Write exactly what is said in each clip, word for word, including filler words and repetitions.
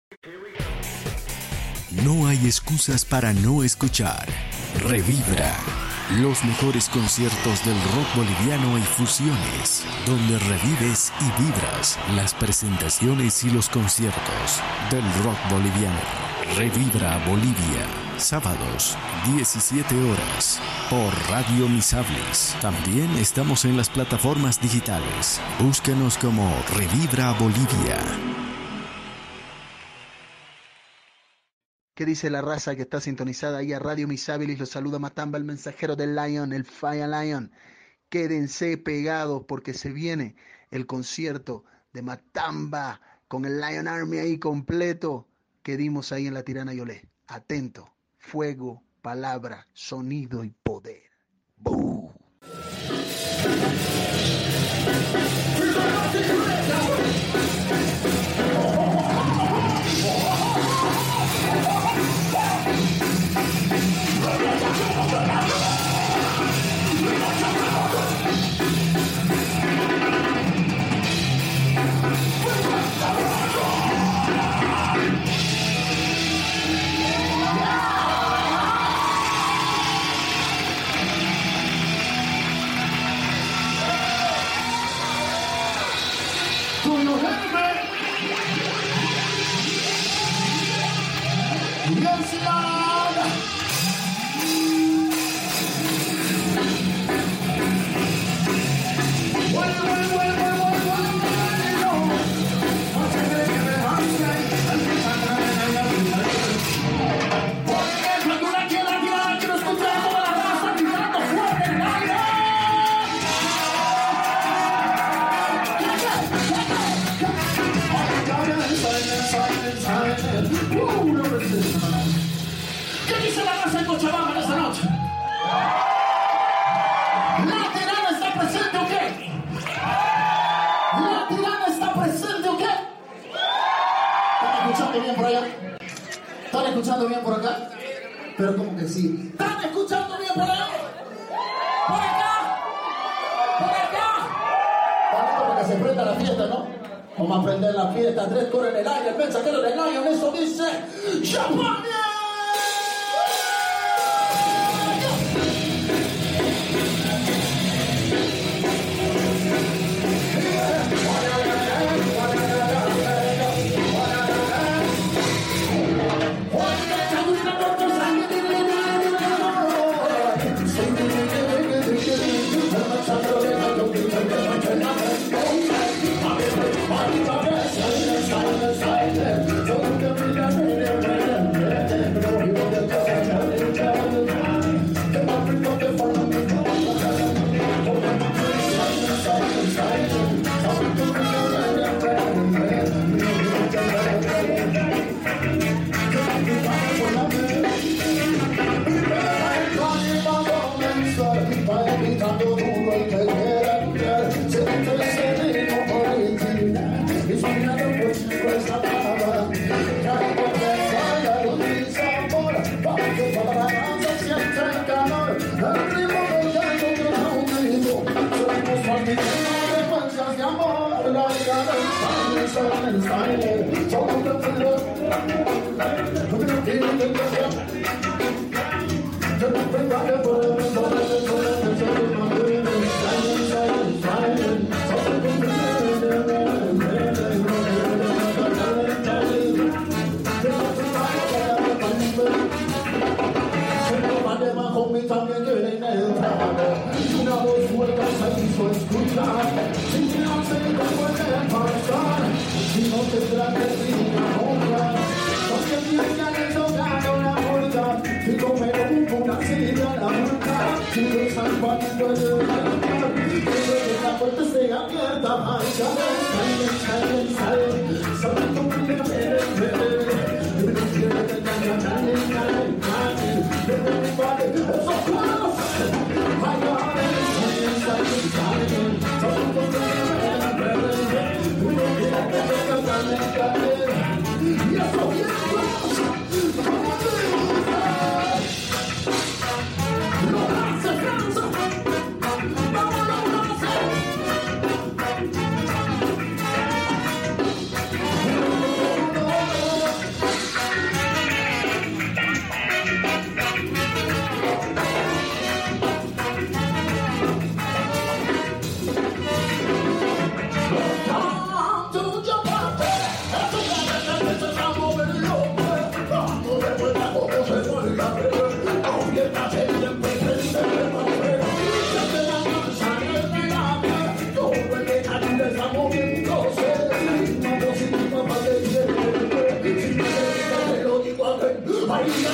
No hay excusas para no escuchar Revibra, los mejores conciertos del rock boliviano y fusiones, donde revives y vibras las presentaciones y los conciertos del rock boliviano. Revibra Bolivia, sábados, diecisiete horas, por Radio Misables. También estamos en las plataformas digitales. Búscanos como Revibra Bolivia. ¿Qué dice la raza que está sintonizada ahí a Radio Misabilis? Los saluda Matamba, el mensajero del Lion, el Fire Lion. Quédense pegados porque se viene el concierto de Matamba con el Lion Army ahí completo que dimos ahí en la Tirana Yolé. Atento, fuego, palabra, sonido y poder. ¡Bú! ¿Qué dice la raza en Cochabamba en esta noche? ¿La tirana está presente o qué? ¿La tirana está presente o qué? ¿Están escuchando bien por allá? ¿Están escuchando bien por acá? Pero como que sí. ¿Están escuchando bien por allá? ¿Por acá? ¿Por acá? Tanto para que se prenda la fiesta, ¿no? Vamos a prender la fiesta, tres coros en el aire, el mensajero del Lion, eso dice ¡Champaña!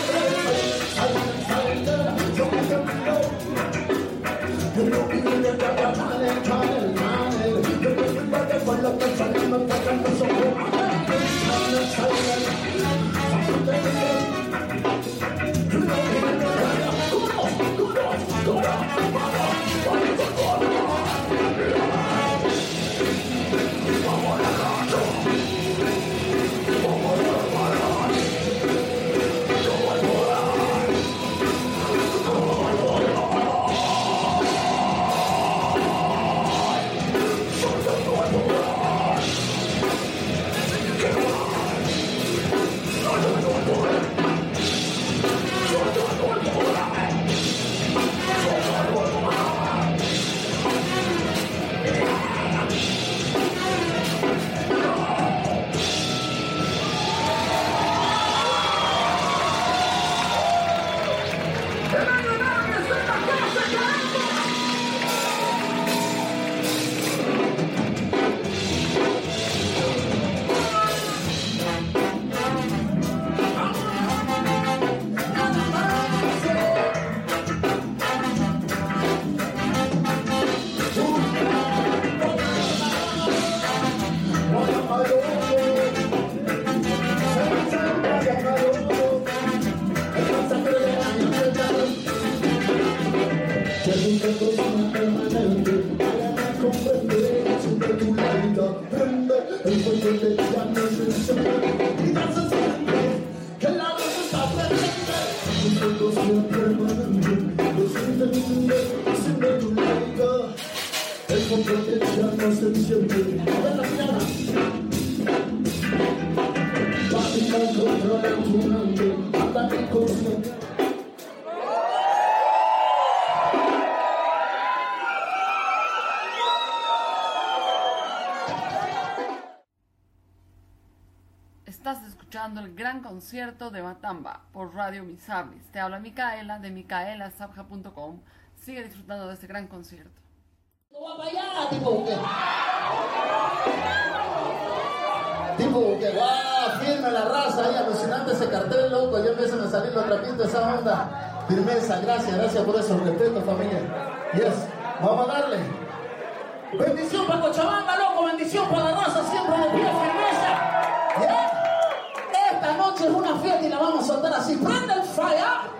Estás escuchando el gran concierto de Matamba por Radio Misablis. Te habla Micaela de micaela sabja punto com. Sigue disfrutando de este gran concierto. No va para allá, tipo que. Tipo que va firme la raza ahí, alucinante ese cartel, loco. Ya empiezan a salir los trapitos, esa onda. Firmeza, gracias, gracias por eso, respeto, familia. Yes, vamos a darle. Bendición para Cochabamba, loco, bendición para la raza, siempre de pie, firmeza. Yeah. Esta noche es una fiesta y la vamos a soltar así. ¡Prende el fire!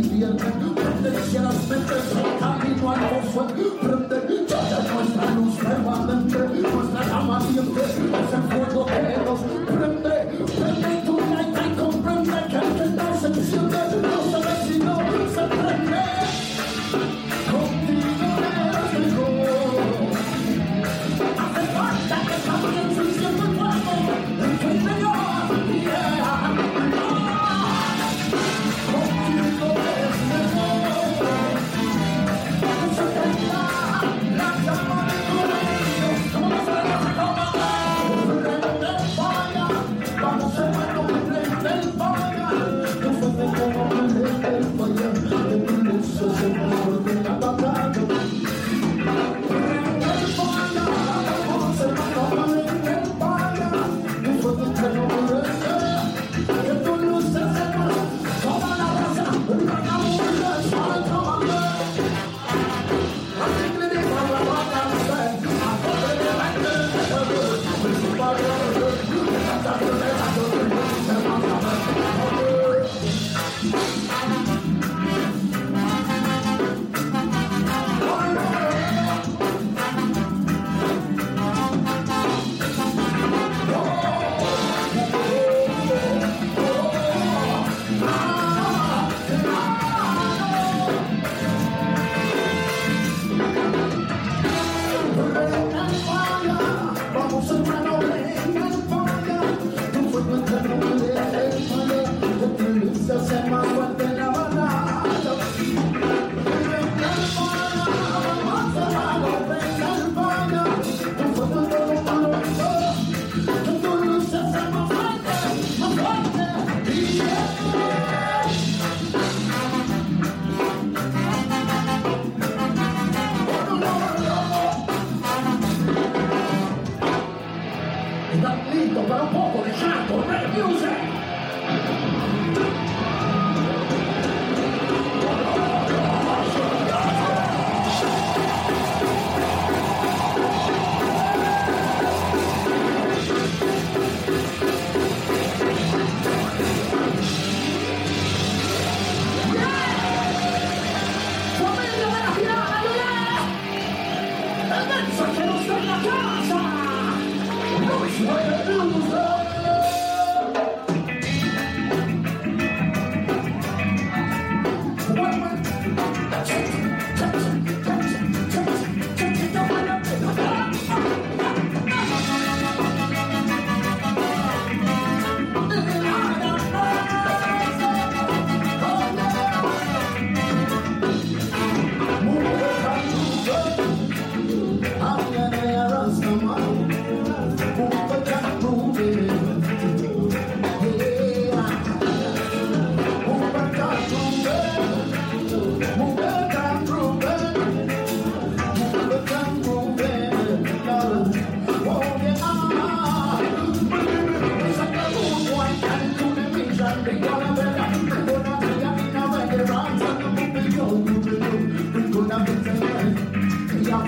Prende, ya las mentes son camino al gozo. Prende, ya nuestra luz.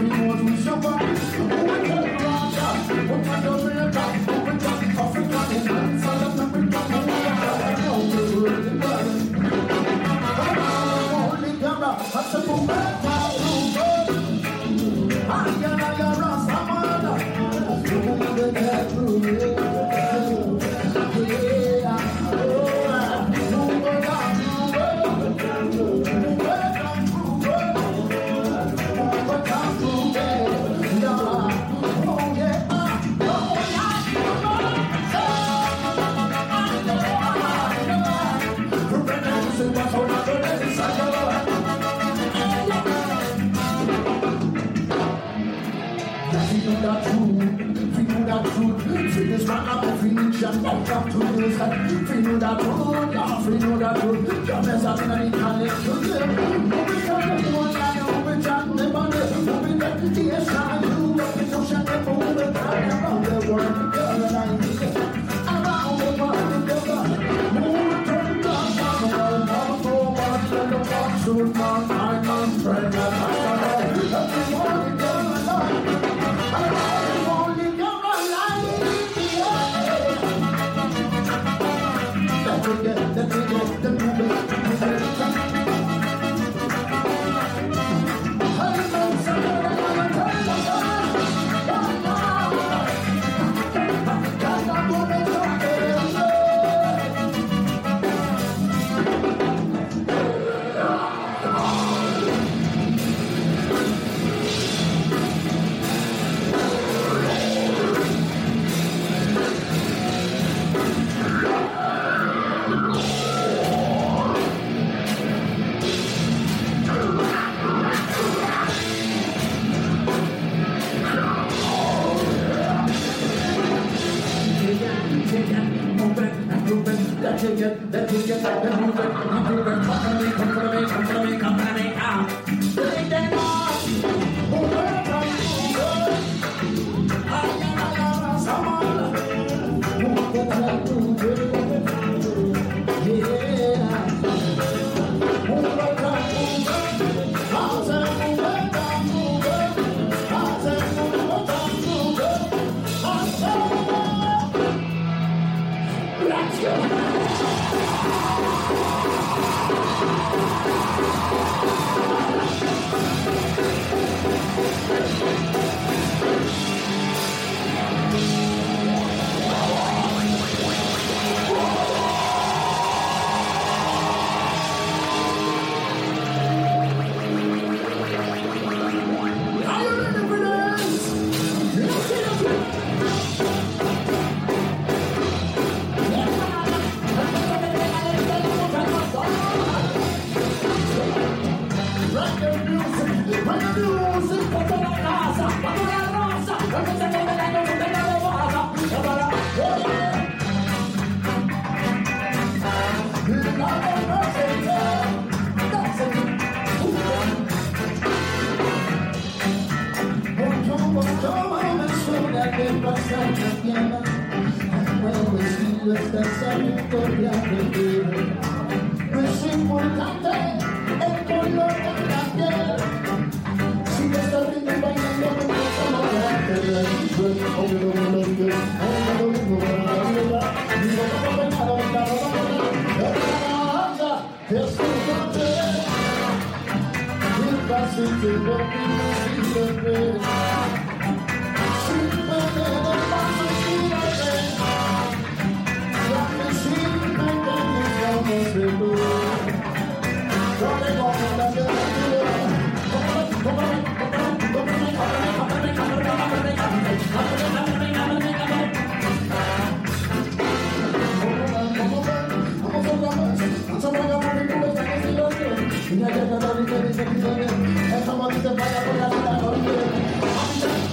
Estamos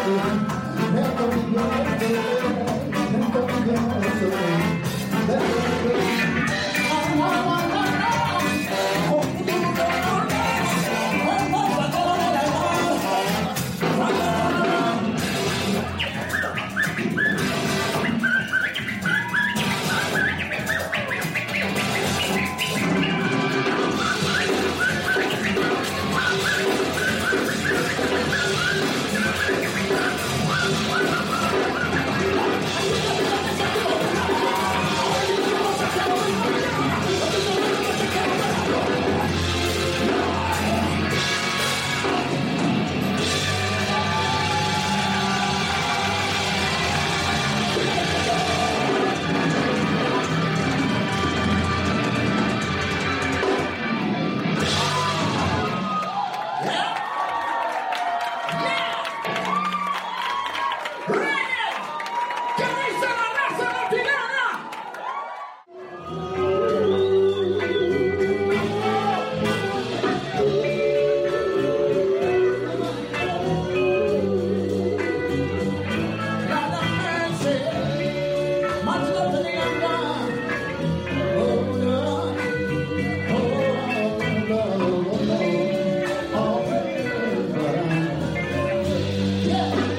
Yeah.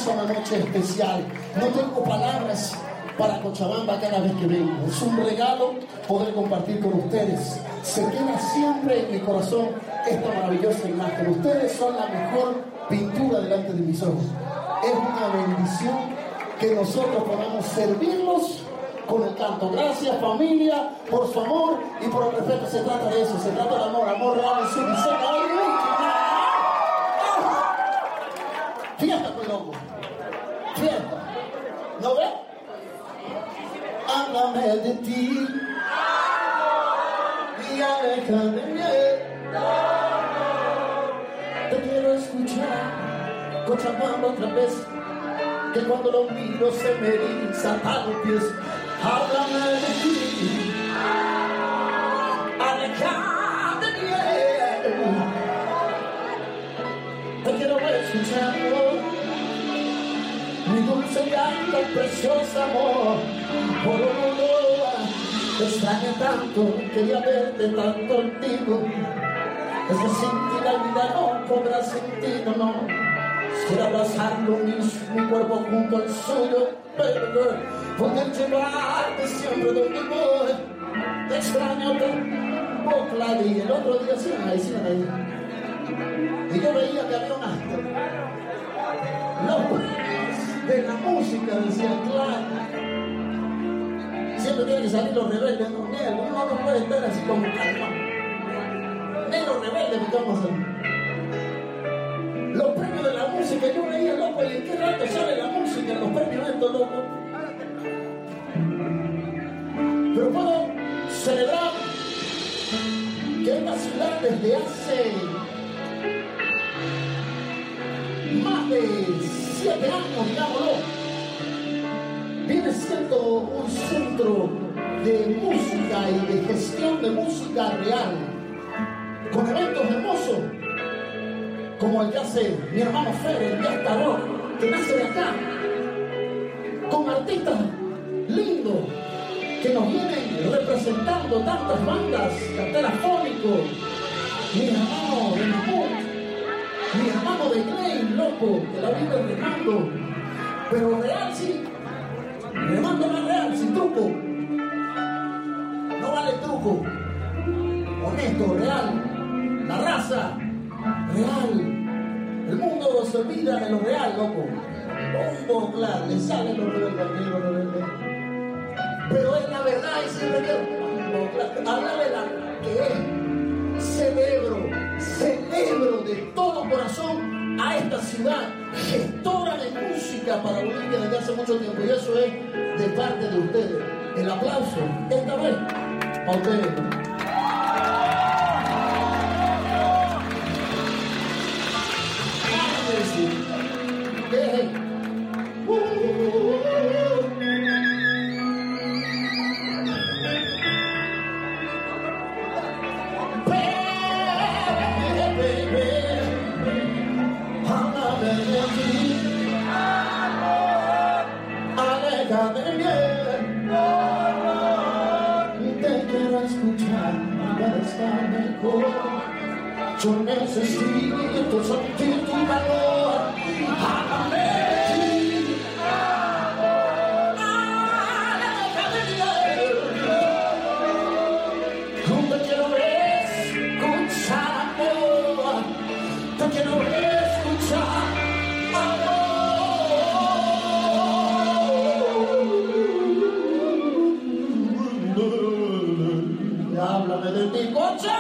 es una noche especial. No tengo palabras para Cochabamba cada vez que vengo. Es un regalo poder compartir con ustedes. Se queda siempre en mi corazón esta maravillosa imagen. Ustedes son la mejor pintura delante de mis ojos. Es una bendición que nosotros podamos servirlos con el canto. Gracias, familia, por su amor y por el respeto. Se trata de eso, se trata de amor, amor real en su diseño. Fiesta, pues, loco. Fiesta. ¿No ves? Háblame de ti y aléjame de mí. Te quiero escuchar, Cochabamba otra vez, que cuando lo miro se me erizan a los pies. Háblame de ti, aléjame de mí. Te quiero escuchar, mi dulce canto, precioso amor. Oh, oh, oh, te extraño tanto, quería verte tanto contigo. Es que sin ti la vida no podrá sentir, no. Quiero abrazarlo, mi, mi cuerpo junto al suyo, pero poder llevarte siempre donde voy. Te extraño tanto, Claudia, y el otro día sí, ahí sí, ahí. Y yo veía que había una locura de la música, decía claro. Siempre tienen que salir los rebeldes, no, uno no puede estar así como calma. Negro rebelde, digamos. Los premios de la música, yo veía, loco, y en qué rato sale la música en los premios estos, loco. Pero puedo celebrar que esta ciudad desde hace más de siete años, digámoslo, viene siendo un centro de música y de gestión de música real, con eventos hermosos, como el que hace mi hermano Fede, el Fiesta Rock, que nace de acá, con artistas lindos que nos vienen representando tantas bandas, carteras fónicos, mi hermano de Mamut, mi hermano de Clay, loco, que la vive remando, pero real sí, remando más real, sin truco, no vale truco, honesto, real, la raza, real, el mundo se olvida de lo real, loco, bombo, claro, le salen los rebeldes, los rebeldes, pero es la verdad y siempre que habla de la que es, celebro, celebro de todo corazón a esta ciudad, gestora de música para Bolivia desde hace mucho tiempo, y eso es de parte de ustedes. El aplauso, esta vez, a ustedes. Yo necesito sentir tu valor. Háblame de ti. Háblame de ti. No te quiero escuchar amor. Te quiero escuchar amor. Háblame de ti, Concha.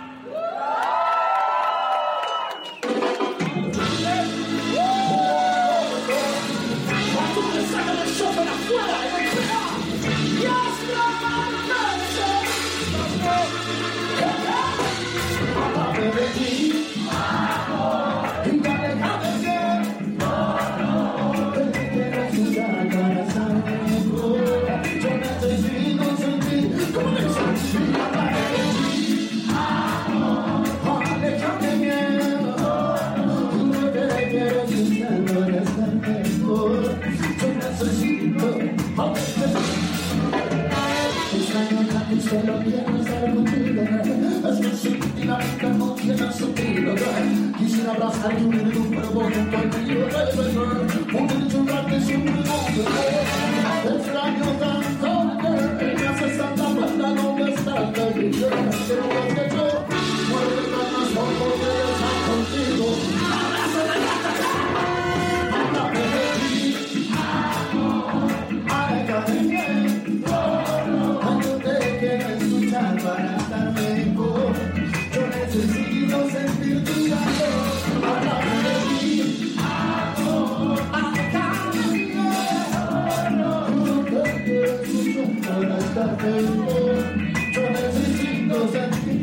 Solo quiero estar contigo, es que sin ti la vida no tiene sentido. Quise quisiera abrazarte, unir tu cuerpo junto al mío, baby, unir tu carne siempre donde te extraño tanto, girl, me haces tanta falta, ¿dónde estás, baby? Quiero más que yo, muerde más por poder estar contigo. Abrazo de la háblame de ti, aléjame bien, cuando te quiero escuchar para estar mejor. Yo necesito sentir tu calor, háblame de ti, aléjame bien, cuando te quiero escuchar para estar mejor. Yo necesito sentir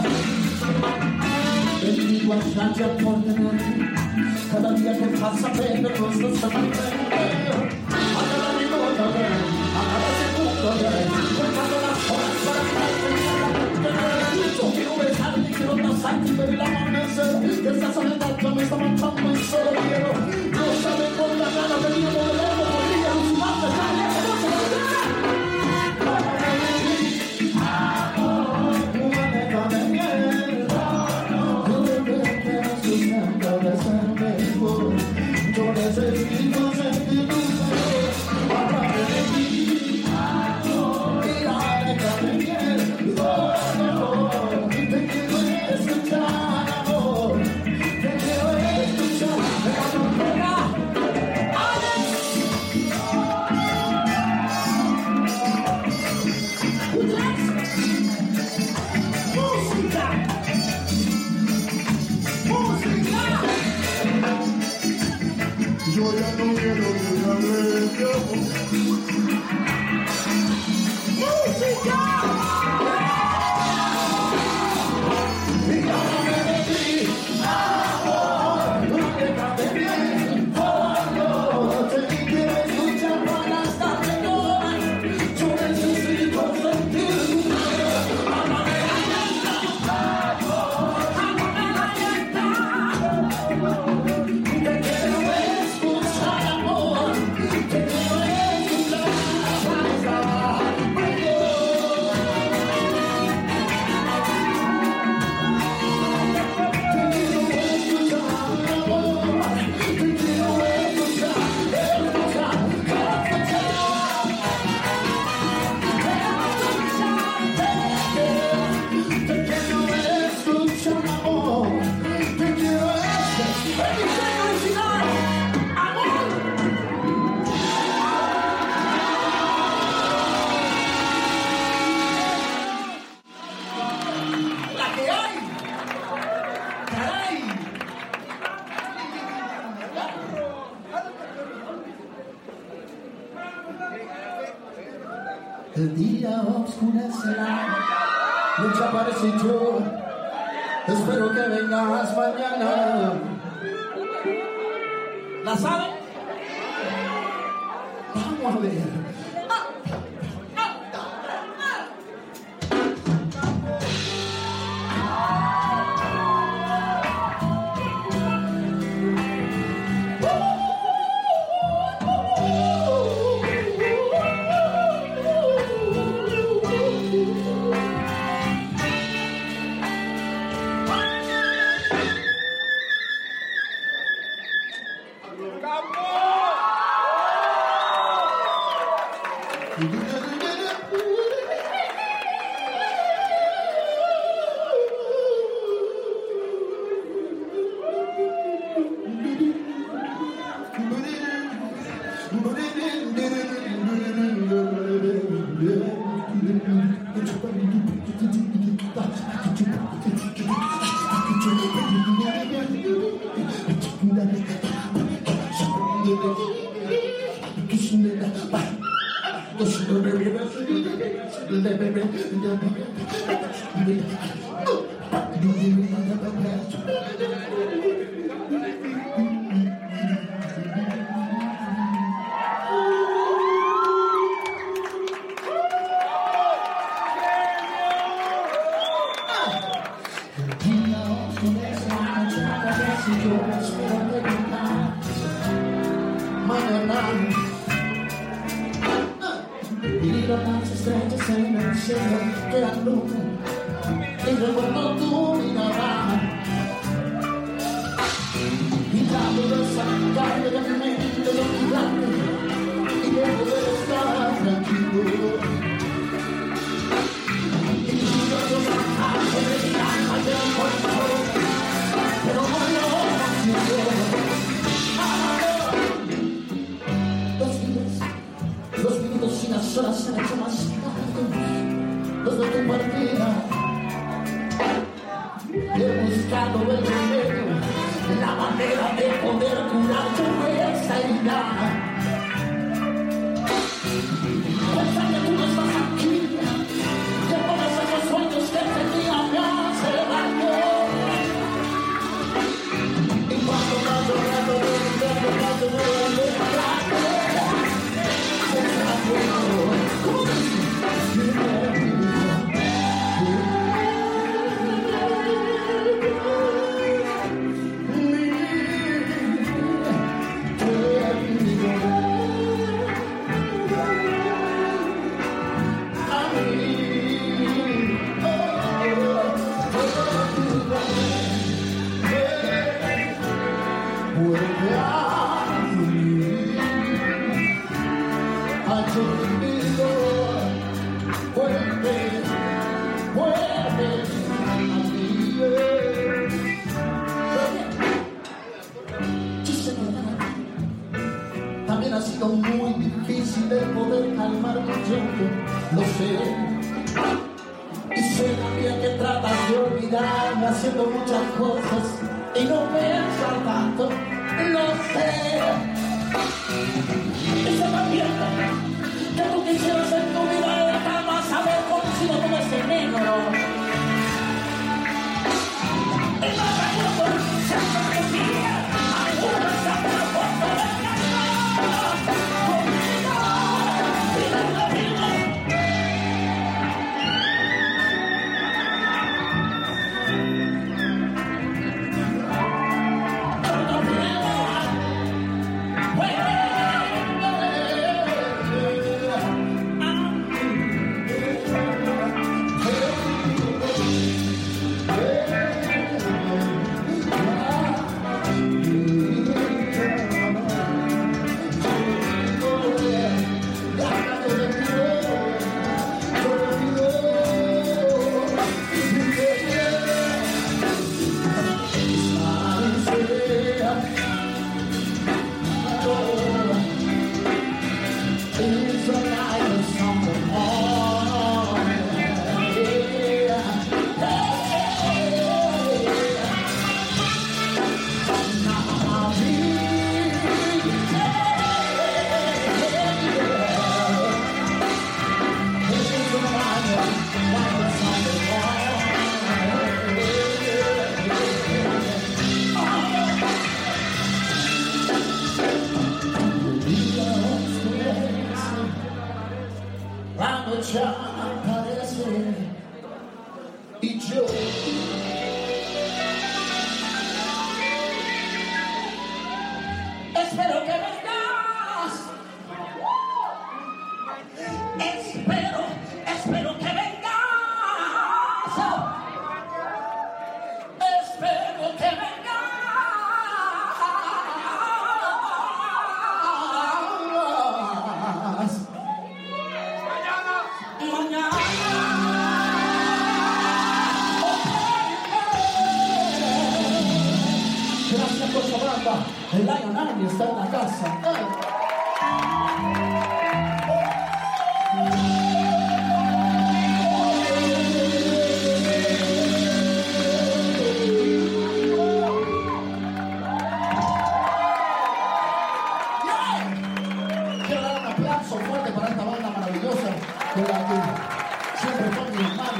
contigo a diaria por tenerte. Cada día que pasa apenas los dos se mantienen. A cada minuto, a cada segundo, contando las horas para estar feliz. Quiero besarte, quiero abrazarte y ver el amanecer. Que esta soledad ya me está matando y solo quiero. No sabe con la gana de mi amor, podría alucinarte, nadie que no se lo diga. Yo necesito sentir tu calor, háblame de ti, y aléjame bien, oh, te quiero escuchar, amor, te quiero escuchar, música, música. Yo ya no quiero dejarle tiempo. ¡Música! Y háblame de ti, amor, aléjame bien, oh, te quiero escuchar para estar mejor. Yo necesito sentir tu calor, háblame de ti, amor, háblame de ti. Te quiero escuchar, amor, te quiero escuchar para estar mejor. El día oscurecerá, noche aparece yo, espero que vengas mañana. ¿La saben? Vamos a ver. Y las estrellas en el cielo que alumbran y recuerdo tu mirada. tratando de sacarme de mi mente de olvidarme y de poder estar tranquilo. Y yo yo sacarme de mi alma y del corazón, pero no lo consigo. Los días, los minutos y las horas se han hecho más largos desde tu partida. He buscado el remedio, la manera de poder curar tu esa herida. Pensar que tú no estás aquí, que todos esos sueños que tenía me hacen daño. Y cuando me has llorado de mi dedo, me has llorado de mi dedo, se está bueno. ¿Cómo dices? También ha sido muy difícil el poder calmar mi llanto, lo sé. Y sé también que tratas de olvidarme haciendo muchas cosas y no piensas tanto, lo sé. Y sé también que tú quisieras en tu vida jamás haber conocido como ese negro. Y no recuerdo siempre que decía alguna vez a la puerta de mi casa. Conmigo, vida en la vida. Todo bien. Ya aparece y yo espero que vengas. Espero, espero que vengas. Espero que vengas. Gracias por su banda. El Lion Army está en la casa. Quiero dar un aplauso fuerte para esta banda maravillosa de la que siempre fue mi hermano.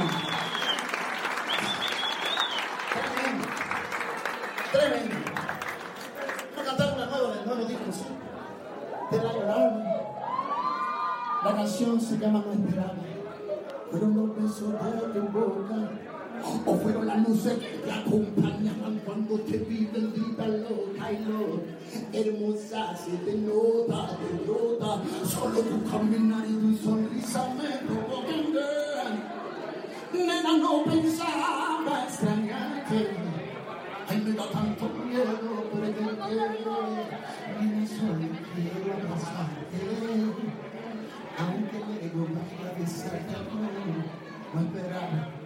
Tremendo. Tremendo. Voy a cantar una nueva del nuevo disco, ¿sí? De Lion Army. La canción se llama No Esperaba. Fueron los besos de tu boca, o fueron las luces que te acompañaban cuando te vi bendita loca y loca. Hermosa se te nota, te nota. Solo tu caminar y tu sonrisa me provocan. Nena, no pensaba extrañarte. Ay, me siento tanto miedo perderte, y solo quiero abrazarte, aunque luego vaya a besarte o esperar.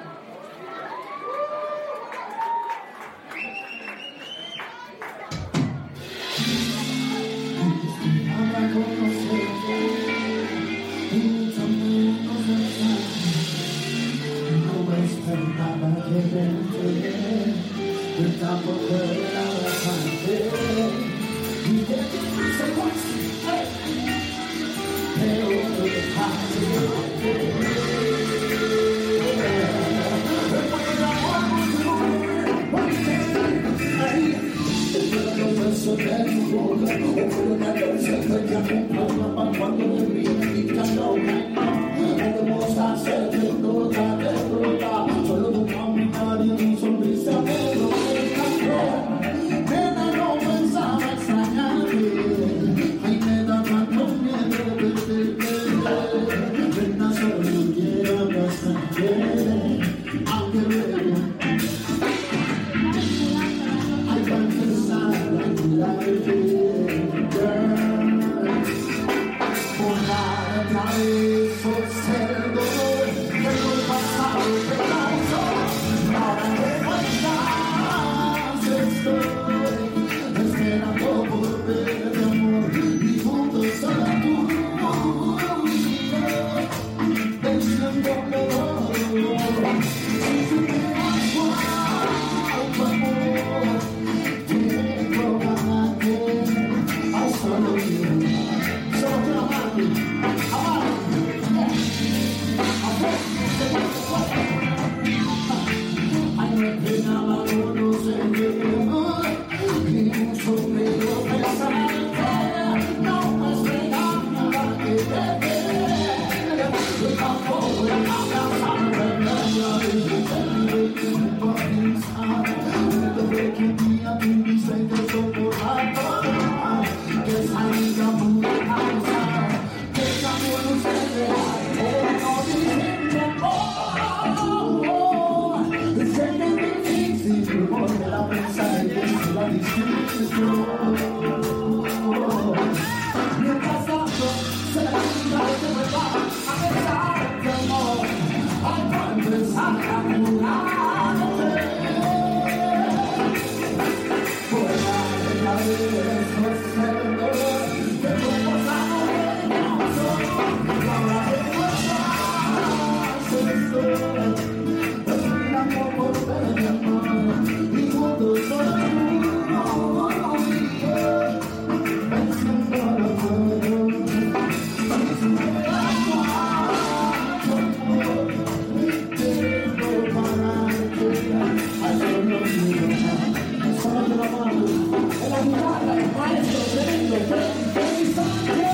Tampoco era bastante y de consecuencia pero no dejaste el beso de tu boca una canción que acompaña cuando te vi y cantó no podemos hacerte toda derrota solo tu caminar y tu sonrisa me lo nena, no pensaba extrañarte. Ay, me da tanto miedo perderte. Nena, solo quiero abrazarte. Aunque luego hay que empezar a cuidarte. Borrar otra vez por ser el dolor de lo pasado que causó. Ahora que no estás, estoy esperando por verte, amor, y juntos solo tú y yo, venciéndolo todo. Si supieras cuánto amor tengo ganarte, ay, solo quiero, solo quiero amarte, amarte, ay, me pegaba conocerte. Conmigo pensarte, no esperar nada que te dé. Yo tampoco voy a abrazarme, y te tiempo a pensar. Desde que un día tú dices que soportar todo, que salga pude causar, que cambio no se vea, no diciendo oh, oh, sé que es difícil volver a pensar en eso, la distinción. Mientras tanto, se la vida que me va a pensar que amor, hay que empezar a curarte. Fuera de la vez, no sé el dolor que tu pasado me causó. Ahora que no estás, estoy esperando por verte, amor, y juntos solo tú y yo, venciéndolo todo. Si supieras cuánto amor tengo para ti, ay, solo quiero, solo quiero amarte. En la guitarra, el maestro tremendo, Freddy Sánchez.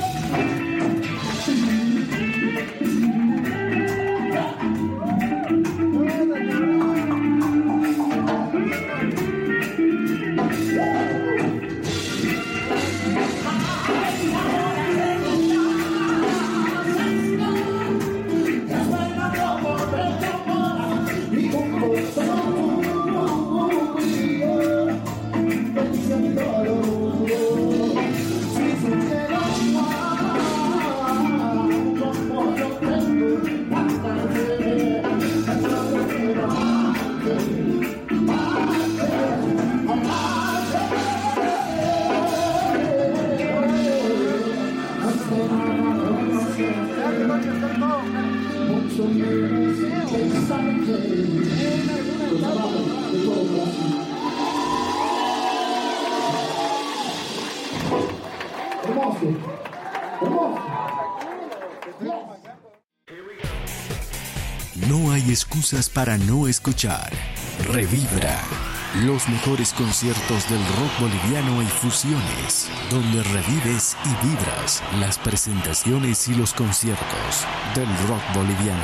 No hay excusas para no escuchar. Revibra. Los mejores conciertos del rock boliviano y fusiones, donde revives y vibras las presentaciones y los conciertos del rock boliviano.